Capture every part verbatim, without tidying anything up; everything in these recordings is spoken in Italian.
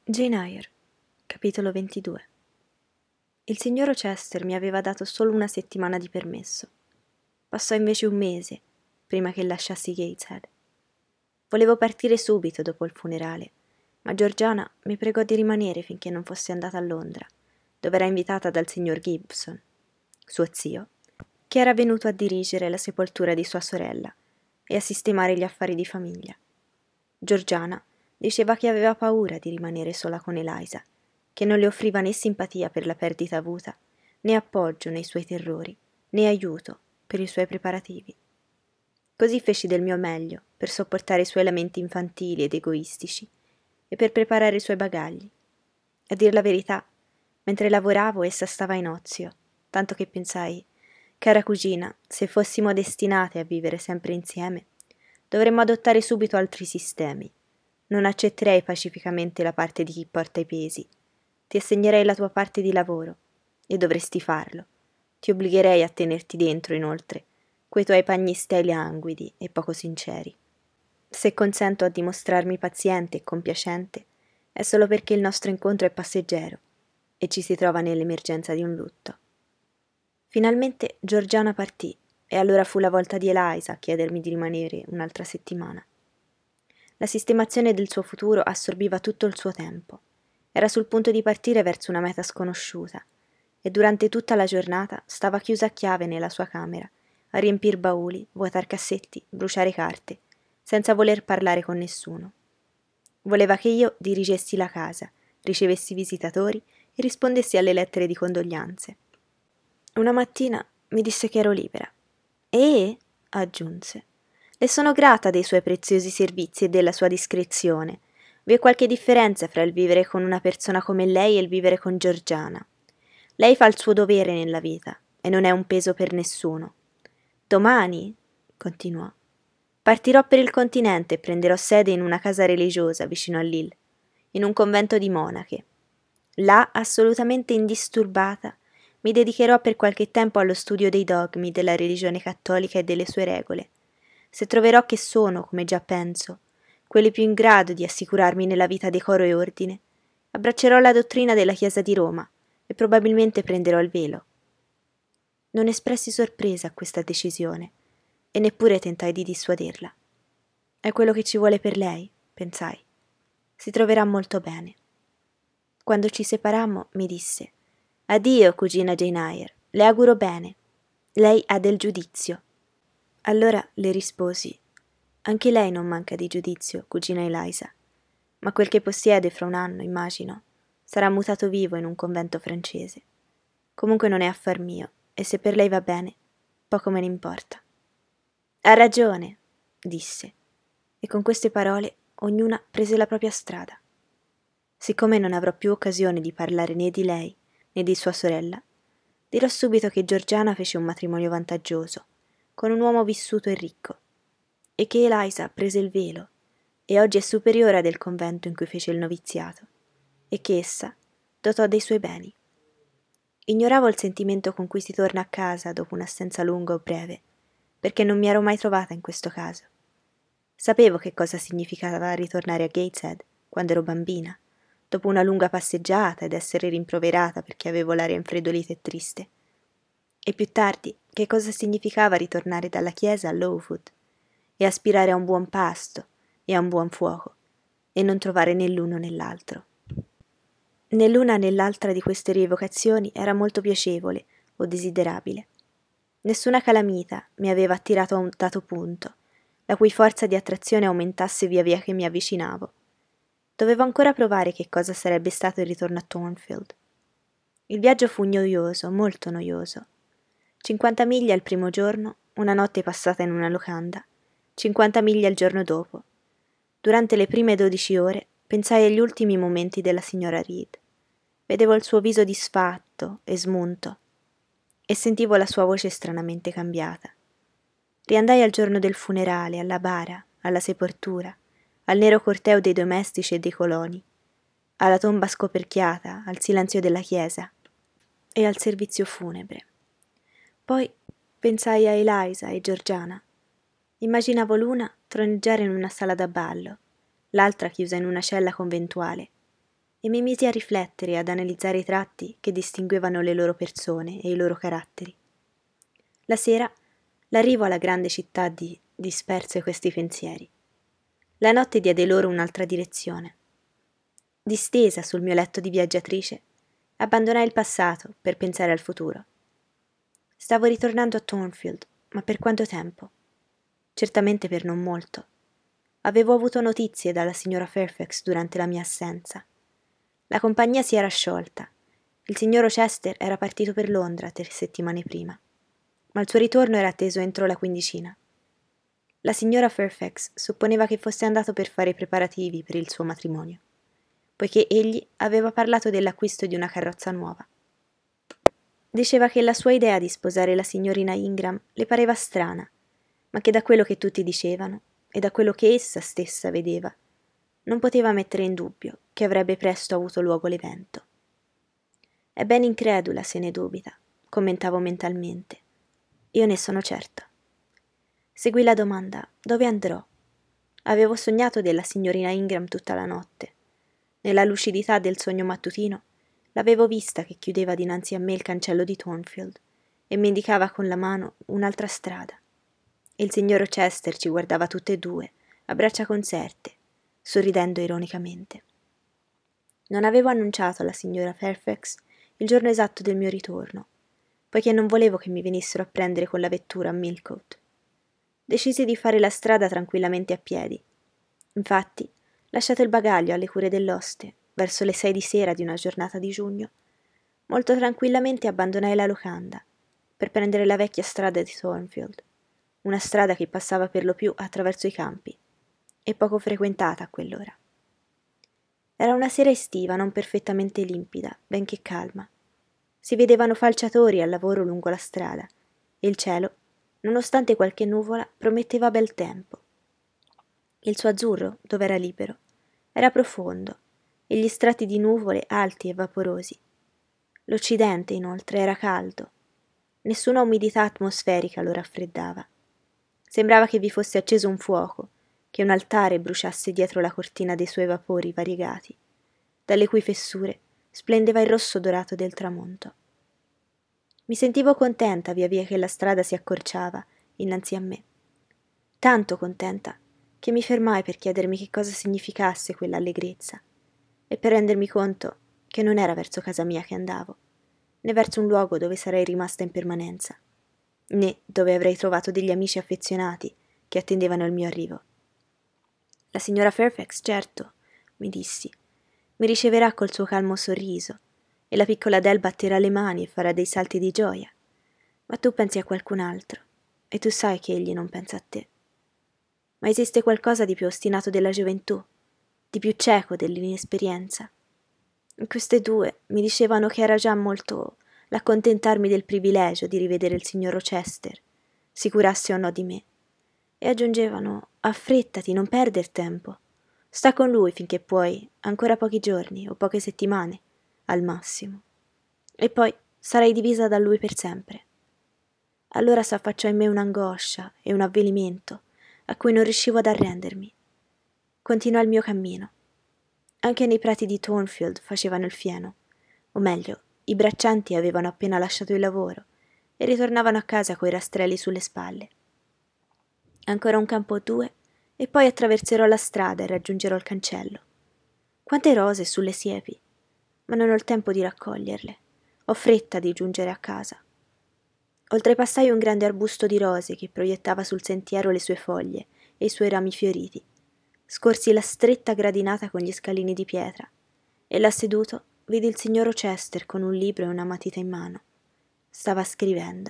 Jane Eyre, capitolo ventidue. Il signor Rochester mi aveva dato solo una settimana di permesso. Passò invece un mese prima che lasciassi Gateshead. Volevo partire subito dopo il funerale, ma Georgiana mi pregò di rimanere finché non fossi andata a Londra, dove era invitata dal signor Gibson, suo zio, che era venuto a dirigere la sepoltura di sua sorella e a sistemare gli affari di famiglia. Georgiana diceva che aveva paura di rimanere sola con Eliza, che non le offriva né simpatia per la perdita avuta, né appoggio nei suoi terrori, né aiuto per i suoi preparativi. Così feci del mio meglio per sopportare i suoi lamenti infantili ed egoistici e per preparare i suoi bagagli. A dir la verità, mentre lavoravo essa stava in ozio, tanto che pensai, cara cugina, se fossimo destinate a vivere sempre insieme, dovremmo adottare subito altri sistemi. Non accetterei pacificamente la parte di chi porta i pesi. Ti assegnerei la tua parte di lavoro, e dovresti farlo. Ti obbligherei a tenerti dentro, inoltre, quei tuoi pagnisteli languidi e poco sinceri. Se consento a dimostrarmi paziente e compiacente, è solo perché il nostro incontro è passeggero e ci si trova nell'emergenza di un lutto. Finalmente Georgiana partì, e allora fu la volta di Eliza a chiedermi di rimanere un'altra settimana. La sistemazione del suo futuro assorbiva tutto il suo tempo. Era sul punto di partire verso una meta sconosciuta, e durante tutta la giornata stava chiusa a chiave nella sua camera, a riempir bauli, vuotar cassetti, bruciare carte, senza voler parlare con nessuno. Voleva che io dirigessi la casa, ricevessi visitatori e rispondessi alle lettere di condoglianze. Una mattina mi disse che ero libera. E, aggiunse, le sono grata dei suoi preziosi servizi e della sua discrezione. Vi è qualche differenza fra il vivere con una persona come lei e il vivere con Georgiana. Lei fa il suo dovere nella vita e non è un peso per nessuno. Domani, continuò, partirò per il continente e prenderò sede in una casa religiosa vicino a Lille, in un convento di monache. Là, assolutamente indisturbata, mi dedicherò per qualche tempo allo studio dei dogmi della religione cattolica e delle sue regole. Se troverò che sono, come già penso, quelli più in grado di assicurarmi nella vita decoro e ordine, abbraccerò la dottrina della Chiesa di Roma e probabilmente prenderò il velo. Non espressi sorpresa a questa decisione e neppure tentai di dissuaderla. È quello che ci vuole per lei, pensai. Si troverà molto bene. Quando ci separammo, mi disse: addio, cugina Jane Eyre, le auguro bene. Lei ha del giudizio. Allora le risposi: anche lei non manca di giudizio, cugina Eliza, ma quel che possiede fra un anno, immagino, sarà mutato vivo in un convento francese. Comunque non è affar mio, e se per lei va bene, poco me ne importa. Ha ragione, disse, e con queste parole ognuna prese la propria strada. Siccome non avrò più occasione di parlare né di lei né di sua sorella, dirò subito che Georgiana fece un matrimonio vantaggioso, con un uomo vissuto e ricco, e che Eliza prese il velo, e oggi è superiora del convento in cui fece il noviziato, e che essa dotò dei suoi beni. Ignoravo il sentimento con cui si torna a casa dopo un'assenza lunga o breve, perché non mi ero mai trovata in questo caso. Sapevo che cosa significava ritornare a Gateshead quando ero bambina, dopo una lunga passeggiata ed essere rimproverata perché avevo l'aria infredolita e triste. E più tardi che cosa significava ritornare dalla chiesa a Lowood e aspirare a un buon pasto e a un buon fuoco e non trovare né l'uno né l'altro. Né l'una né l'altra di queste rievocazioni era molto piacevole o desiderabile. Nessuna calamita mi aveva attirato a un dato punto, la cui forza di attrazione aumentasse via via che mi avvicinavo. Dovevo ancora provare che cosa sarebbe stato il ritorno a Thornfield. Il viaggio fu noioso, molto noioso. cinquanta miglia il primo giorno, una notte passata in una locanda, cinquanta miglia il giorno dopo. Durante le prime dodici ore pensai agli ultimi momenti della signora Reed. Vedevo il suo viso disfatto e smunto e sentivo la sua voce stranamente cambiata. Riandai al giorno del funerale, alla bara, alla sepoltura, al nero corteo dei domestici e dei coloni, alla tomba scoperchiata, al silenzio della chiesa e al servizio funebre. Poi pensai a Eliza e Georgiana. Immaginavo l'una troneggiare in una sala da ballo, l'altra chiusa in una cella conventuale, e mi misi a riflettere e ad analizzare i tratti che distinguevano le loro persone e i loro caratteri. La sera, l'arrivo alla grande città di disperse questi pensieri. La notte diede loro un'altra direzione. Distesa sul mio letto di viaggiatrice, abbandonai il passato per pensare al futuro. Stavo ritornando a Thornfield, ma per quanto tempo? Certamente per non molto. Avevo avuto notizie dalla signora Fairfax durante la mia assenza. La compagnia si era sciolta. Il signor Rochester era partito per Londra tre settimane prima, ma il suo ritorno era atteso entro la quindicina. La signora Fairfax supponeva che fosse andato per fare i preparativi per il suo matrimonio, poiché egli aveva parlato dell'acquisto di una carrozza nuova. Diceva che la sua idea di sposare la signorina Ingram le pareva strana, ma che da quello che tutti dicevano e da quello che essa stessa vedeva, non poteva mettere in dubbio che avrebbe presto avuto luogo l'evento. È ben incredula se ne dubita, commentavo mentalmente. Io ne sono certa. Seguì la domanda: dove andrò? Avevo sognato della signorina Ingram tutta la notte. Nella lucidità del sogno mattutino l'avevo vista che chiudeva dinanzi a me il cancello di Thornfield e mi indicava con la mano un'altra strada. Il signor Rochester ci guardava tutte e due, a braccia conserte, sorridendo ironicamente. Non avevo annunciato alla signora Fairfax il giorno esatto del mio ritorno, poiché non volevo che mi venissero a prendere con la vettura a Millcote. Decisi di fare la strada tranquillamente a piedi. Infatti, lasciato il bagaglio alle cure dell'oste, verso le sei di sera di una giornata di giugno, molto tranquillamente abbandonai la locanda per prendere la vecchia strada di Thornfield, una strada che passava per lo più attraverso i campi e poco frequentata a quell'ora. Era una sera estiva non perfettamente limpida, benché calma. Si vedevano falciatori al lavoro lungo la strada e il cielo, nonostante qualche nuvola, prometteva bel tempo. Il suo azzurro, dove era libero, era profondo e gli strati di nuvole alti e vaporosi. L'occidente, inoltre, era caldo. Nessuna umidità atmosferica lo raffreddava. Sembrava che vi fosse acceso un fuoco, che un altare bruciasse dietro la cortina dei suoi vapori variegati, dalle cui fessure splendeva il rosso dorato del tramonto. Mi sentivo contenta via via che la strada si accorciava innanzi a me. Tanto contenta che mi fermai per chiedermi che cosa significasse quell'allegrezza e per rendermi conto che non era verso casa mia che andavo, né verso un luogo dove sarei rimasta in permanenza, né dove avrei trovato degli amici affezionati che attendevano il mio arrivo. La signora Fairfax, certo, mi dissi, mi riceverà col suo calmo sorriso, e la piccola Adele batterà le mani e farà dei salti di gioia. Ma tu pensi a qualcun altro, e tu sai che egli non pensa a te. Ma esiste qualcosa di più ostinato della gioventù, di più cieco dell'inesperienza? Queste due mi dicevano che era già molto l'accontentarmi del privilegio di rivedere il signor Rochester, si curasse o no di me, e aggiungevano: affrettati, non perder tempo. Sta con lui finché puoi, ancora pochi giorni o poche settimane, al massimo. E poi sarai divisa da lui per sempre. Allora s'affacciò in me un'angoscia e un avvelimento a cui non riuscivo ad arrendermi. Continuò il mio cammino. Anche nei prati di Thornfield facevano il fieno, o meglio, i braccianti avevano appena lasciato il lavoro e ritornavano a casa coi rastrelli sulle spalle. Ancora un campo o due, e poi attraverserò la strada e raggiungerò il cancello. Quante rose sulle siepi, ma non ho il tempo di raccoglierle. Ho fretta di giungere a casa. Oltrepassai un grande arbusto di rose che proiettava sul sentiero le sue foglie e i suoi rami fioriti. Scorsi la stretta gradinata con gli scalini di pietra e là seduto vidi il signor Rochester con un libro e una matita in mano. Stava scrivendo.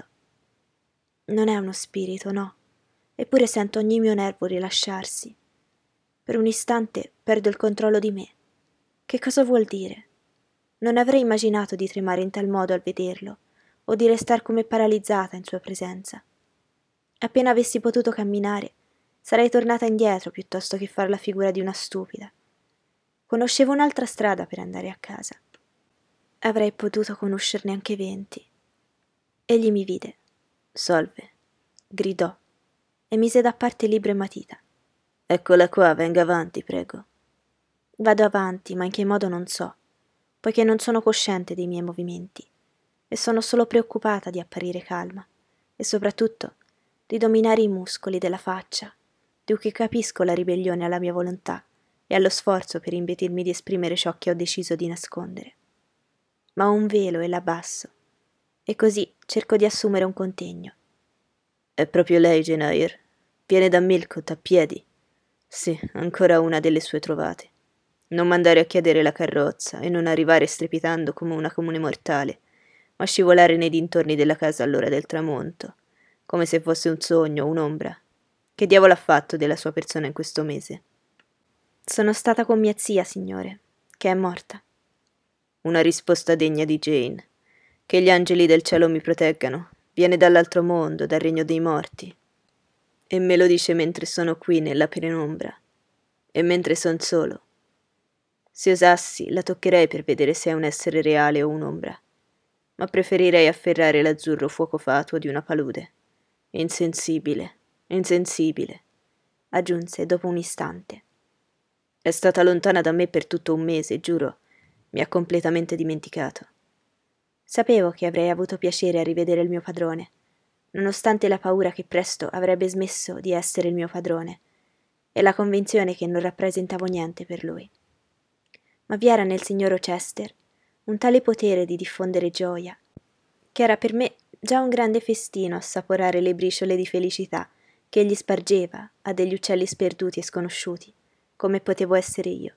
Non è uno spirito, no, eppure sento ogni mio nervo rilasciarsi. Per un istante perdo il controllo di me. Che cosa vuol dire? Non avrei immaginato di tremare in tal modo al vederlo, o di restar come paralizzata in sua presenza. Appena avessi potuto camminare, sarei tornata indietro piuttosto che far la figura di una stupida. Conoscevo un'altra strada per andare a casa. Avrei potuto conoscerne anche venti. Egli mi vide. Solve, gridò, e mise da parte libro e matita. Eccola qua, venga avanti, prego. Vado avanti, ma in che modo non so. poiché non sono cosciente dei miei movimenti e sono solo preoccupata di apparire calma e soprattutto di dominare i muscoli della faccia, di cui capisco la ribellione alla mia volontà e allo sforzo per impedirmi di esprimere ciò che ho deciso di nascondere. Ma ho un velo e l'abbasso, e così cerco di assumere un contegno. È proprio lei, Jane Eyre? Viene da Millcote a piedi? Sì, ancora una delle sue trovate. Non mandare a chiedere la carrozza e non arrivare strepitando come una comune mortale, ma scivolare nei dintorni della casa all'ora del tramonto, come se fosse un sogno o un'ombra. Che diavolo ha fatto della sua persona in questo mese? Sono stata con mia zia, signore, che è morta. Una risposta degna di Jane. Che gli angeli del cielo mi proteggano. Viene dall'altro mondo, dal regno dei morti. E me lo dice mentre sono qui nella penombra. E mentre son solo. Se osassi, la toccherei per vedere se è un essere reale o un'ombra. Ma preferirei afferrare l'azzurro fuoco fatuo di una palude. Insensibile, insensibile, aggiunse dopo un istante. È stata lontana da me per tutto un mese, giuro. Mi ha completamente dimenticato. Sapevo che avrei avuto piacere a rivedere il mio padrone, nonostante la paura che presto avrebbe smesso di essere il mio padrone e la convinzione che non rappresentavo niente per lui. Ma vi era nel signor Rochester un tale potere di diffondere gioia, che era per me già un grande festino assaporare le briciole di felicità che egli spargeva a degli uccelli sperduti e sconosciuti, come potevo essere io.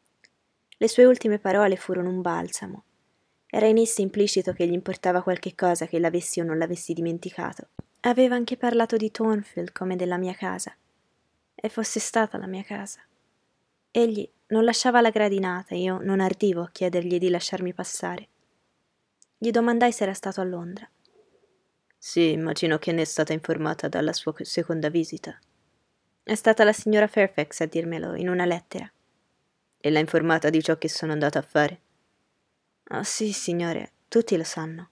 Le sue ultime parole furono un balsamo. Era in esse implicito che gli importava qualche cosa che l'avessi o non l'avessi dimenticato. Aveva anche parlato di Thornfield come della mia casa. E fosse stata la mia casa. Egli non lasciava la gradinata e io non ardivo a chiedergli di lasciarmi passare. Gli domandai se era stato a Londra. Sì, immagino che ne è stata informata dalla sua seconda visita. È stata la signora Fairfax a dirmelo in una lettera. E l'ha informata di ciò che sono andata a fare? Oh, sì, signore, tutti lo sanno.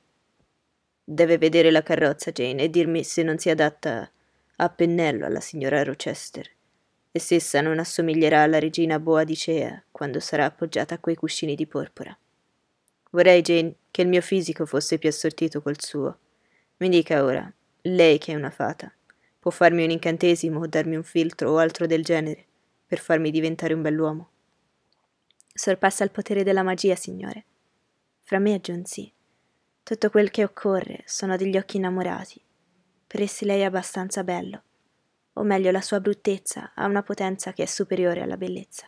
Deve vedere la carrozza, Jane, e dirmi se non si adatta a pennello alla signora Rochester, e se essa non assomiglierà alla regina Boadicea quando sarà appoggiata a quei cuscini di porpora. Vorrei, Jane, che il mio fisico fosse più assortito col suo. Mi dica ora, lei che è una fata, può farmi un incantesimo o darmi un filtro o altro del genere per farmi diventare un bell'uomo? Sorpassa il potere della magia, signore. Fra me aggiunsi, tutto quel che occorre sono degli occhi innamorati. Per essi lei è abbastanza bello, o meglio la sua bruttezza ha una potenza che è superiore alla bellezza.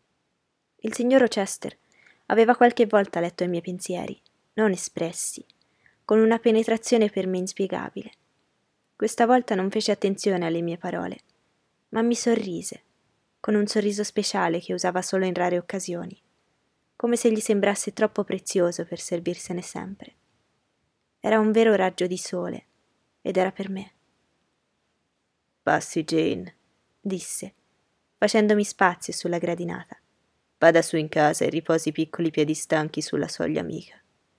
Il signor Rochester aveva qualche volta letto i miei pensieri, non espressi, con una penetrazione per me inspiegabile. Questa volta non fece attenzione alle mie parole, ma mi sorrise, con un sorriso speciale che usava solo in rare occasioni, come se gli sembrasse troppo prezioso per servirsene sempre. Era un vero raggio di sole, ed era per me. Passi, Jane, disse, facendomi spazio sulla gradinata. Vada su in casa e riposi i piccoli piedi stanchi sulla soglia amica.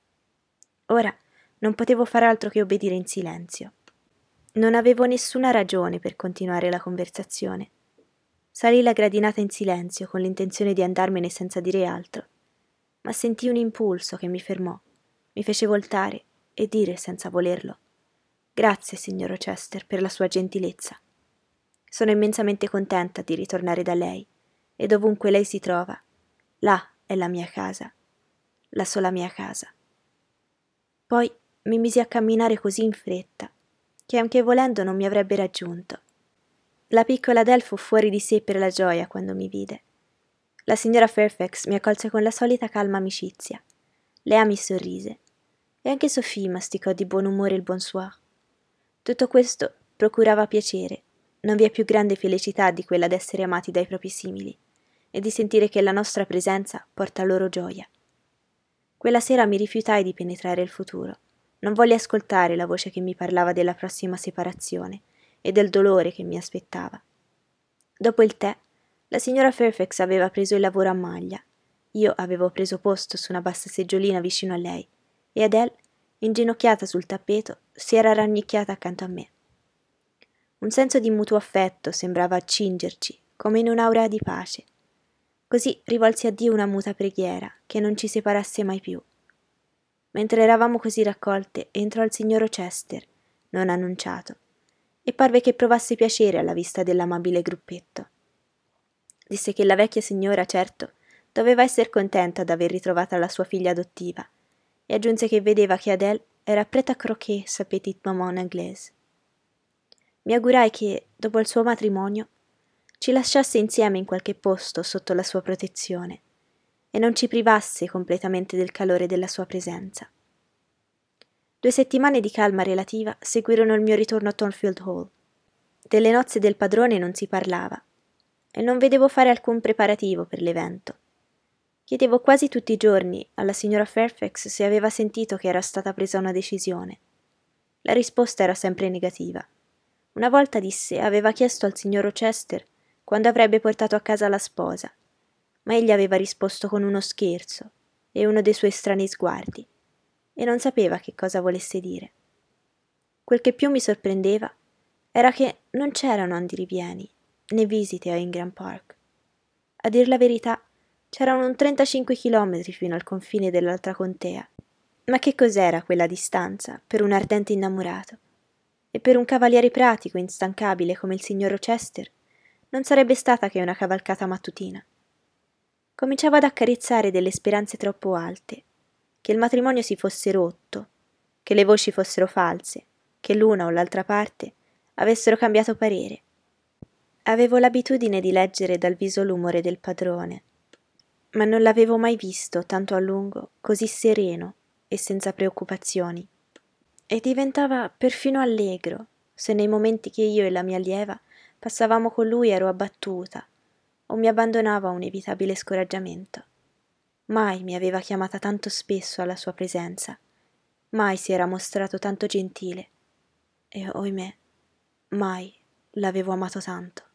Ora non potevo far altro che obbedire in silenzio. Non avevo nessuna ragione per continuare la conversazione. Salii la gradinata in silenzio con l'intenzione di andarmene senza dire altro, ma sentii un impulso che mi fermò, mi fece voltare e dire senza volerlo: «Grazie, signor Rochester, per la sua gentilezza. Sono immensamente contenta di ritornare da lei, e dovunque lei si trova, là è la mia casa, la sola mia casa». Poi mi misi a camminare così in fretta che anche volendo non mi avrebbe raggiunto. La piccola Adele fu fuori di sé per la gioia quando mi vide. La signora Fairfax mi accolse con la solita calma amicizia. Lea mi sorrise e anche Sophie masticò di buon umore il bonsoir. Tutto questo procurava piacere. Non vi è più grande felicità di quella d'essere amati dai propri simili e di sentire che la nostra presenza porta loro gioia. Quella sera mi rifiutai di penetrare il futuro. Non volli ascoltare la voce che mi parlava della prossima separazione e del dolore che mi aspettava. Dopo il tè, la signora Fairfax aveva preso il lavoro a maglia. Io avevo preso posto su una bassa seggiolina vicino a lei e Adele, inginocchiata sul tappeto, si era rannicchiata accanto a me. Un senso di mutuo affetto sembrava accingerci, come in un'aura di pace. Così rivolsi a Dio una muta preghiera che non ci separasse mai più. Mentre eravamo così raccolte, entrò il signor Rochester, non annunciato, e parve che provasse piacere alla vista dell'amabile gruppetto. Disse che la vecchia signora, certo, doveva esser contenta d'aver ritrovata la sua figlia adottiva, e aggiunse che vedeva che Adele era prête à croquer sa petite maman anglaise. Mi augurai che, dopo il suo matrimonio, ci lasciasse insieme in qualche posto sotto la sua protezione e non ci privasse completamente del calore della sua presenza. Due settimane di calma relativa seguirono il mio ritorno a Thornfield Hall. Delle nozze del padrone non si parlava e non vedevo fare alcun preparativo per l'evento. Chiedevo quasi tutti i giorni alla signora Fairfax se aveva sentito che era stata presa una decisione. La risposta era sempre negativa. Una volta disse aveva chiesto al signor Rochester quando avrebbe portato a casa la sposa, ma egli aveva risposto con uno scherzo e uno dei suoi strani sguardi, e non sapeva che cosa volesse dire. Quel che più mi sorprendeva era che non c'erano andirivieni né visite a Ingram Park. A dir la verità, c'erano un trentacinque chilometri fino al confine dell'altra contea, ma che cos'era quella distanza per un ardente innamorato? E per un cavaliere pratico e instancabile come il signor Rochester non sarebbe stata che una cavalcata mattutina. Cominciavo ad accarezzare delle speranze troppo alte, che il matrimonio si fosse rotto, che le voci fossero false, che l'una o l'altra parte avessero cambiato parere. Avevo l'abitudine di leggere dal viso l'umore del padrone, ma non l'avevo mai visto tanto a lungo così sereno e senza preoccupazioni. E diventava perfino allegro se nei momenti che io e la mia allieva passavamo con lui ero abbattuta o mi abbandonava a un inevitabile scoraggiamento. Mai mi aveva chiamata tanto spesso alla sua presenza, mai si era mostrato tanto gentile e, ohimè, mai l'avevo amato tanto.